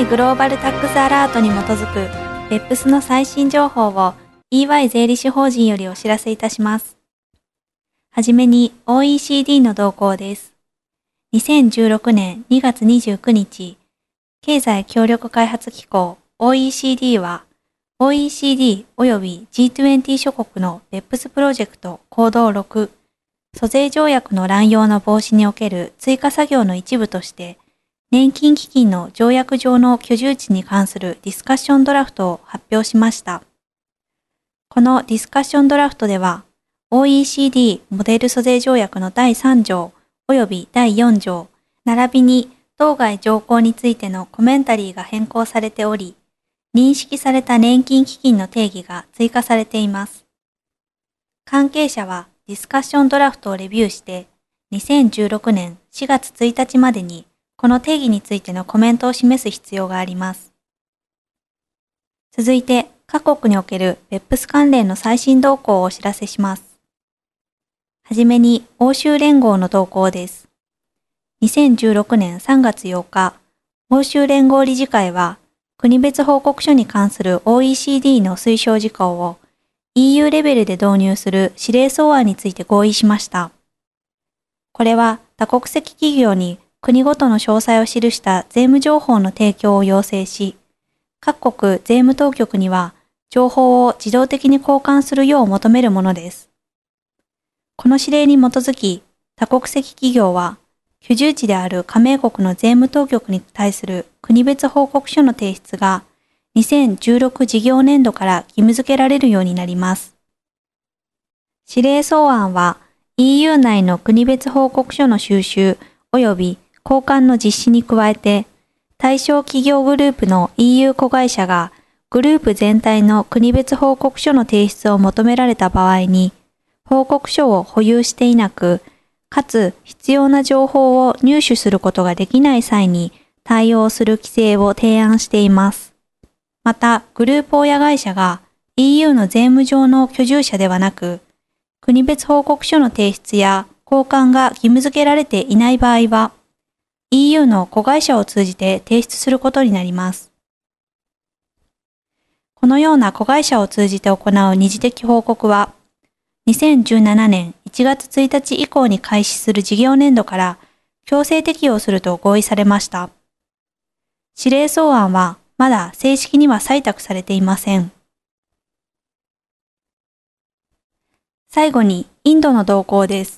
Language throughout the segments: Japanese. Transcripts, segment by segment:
EY グローバルタックスアラートに基づくBEPSの最新情報を EY 税理士法人よりお知らせいたします。はじめに OECD の動向です。2016年2月29日、経済協力開発機構 OECD は OECD 及び G20 諸国の BEPS プロジェクト行動6、租税条約の乱用の防止における追加作業の一部として、年金基金の条約上の居住地に関するディスカッションドラフトを発表しました。このディスカッションドラフトでは、OECD モデル租税条約の第3条及び第4条、並びに当該条項についてのコメンタリーが変更されており、認識された年金基金の定義が追加されています。関係者はディスカッションドラフトをレビューして、2016年4月1日までにこの定義についてのコメントを示す必要があります。続いて、各国における BEPS 関連の最新動向をお知らせします。はじめに、欧州連合の動向です。2016年3月8日、欧州連合理事会は、国別報告書に関する OECD の推奨事項を EU レベルで導入する指令草案について合意しました。これは多国籍企業に国ごとの詳細を記した税務情報の提供を要請し、各国税務当局には情報を自動的に交換するよう求めるものです。この指令に基づき、多国籍企業は居住地である加盟国の税務当局に対する国別報告書の提出が2016事業年度から義務付けられるようになります。指令草案は EU 内の国別報告書の収集及び交換の実施に加えて、対象企業グループの EU 子会社がグループ全体の国別報告書の提出を求められた場合に、報告書を保有していなく、かつ必要な情報を入手することができない際に対応する規制を提案しています。また、グループ親会社が EU の税務上の居住者ではなく、国別報告書の提出や交換が義務付けられていない場合は、EU の子会社を通じて提出することになります。このような子会社を通じて行う二次的報告は、2017年1月1日以降に開始する事業年度から強制適用すると合意されました。指令草案はまだ正式には採択されていません。最後にインドの動向です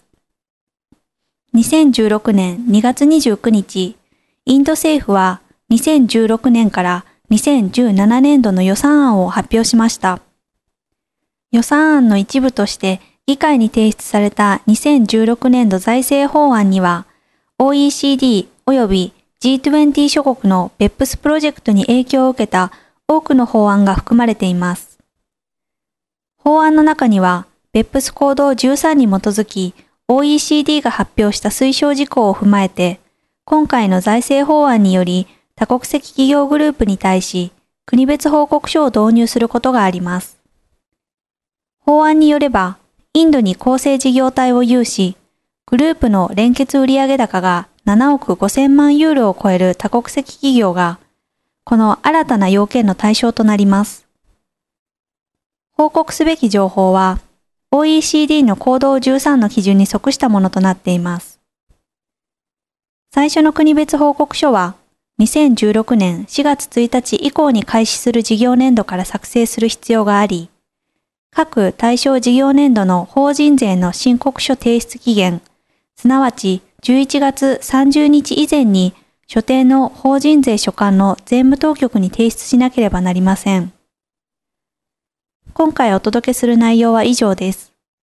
。2016年2月29日、インド政府は2016年から2017年度の予算案を発表しました。予算案の一部として議会に提出された2016年度財政法案には、OECD 及び G20 諸国の BEPS プロジェクトに影響を受けた多くの法案が含まれています。法案の中には、BEPS 行動13に基づき、OECD が発表した推奨事項を踏まえて、今回の財政法案により多国籍企業グループに対し、国別報告書を導入することがあります。法案によれば、インドに構成事業体を有し、グループの連結売上高が7億5000万ユーロを超える多国籍企業が、この新たな要件の対象となります。報告すべき情報は、OECD の行動13の基準に即したものとなっています。最初の国別報告書は、2016年4月1日以降に開始する事業年度から作成する必要があり、各対象事業年度の法人税の申告書提出期限、すなわち11月30日以前に所定の法人税所管の税務当局に提出しなければなりません。今回お届けする内容は以上です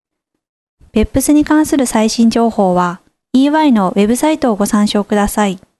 。BEPS に関する最新情報は EY のウェブサイトをご参照ください。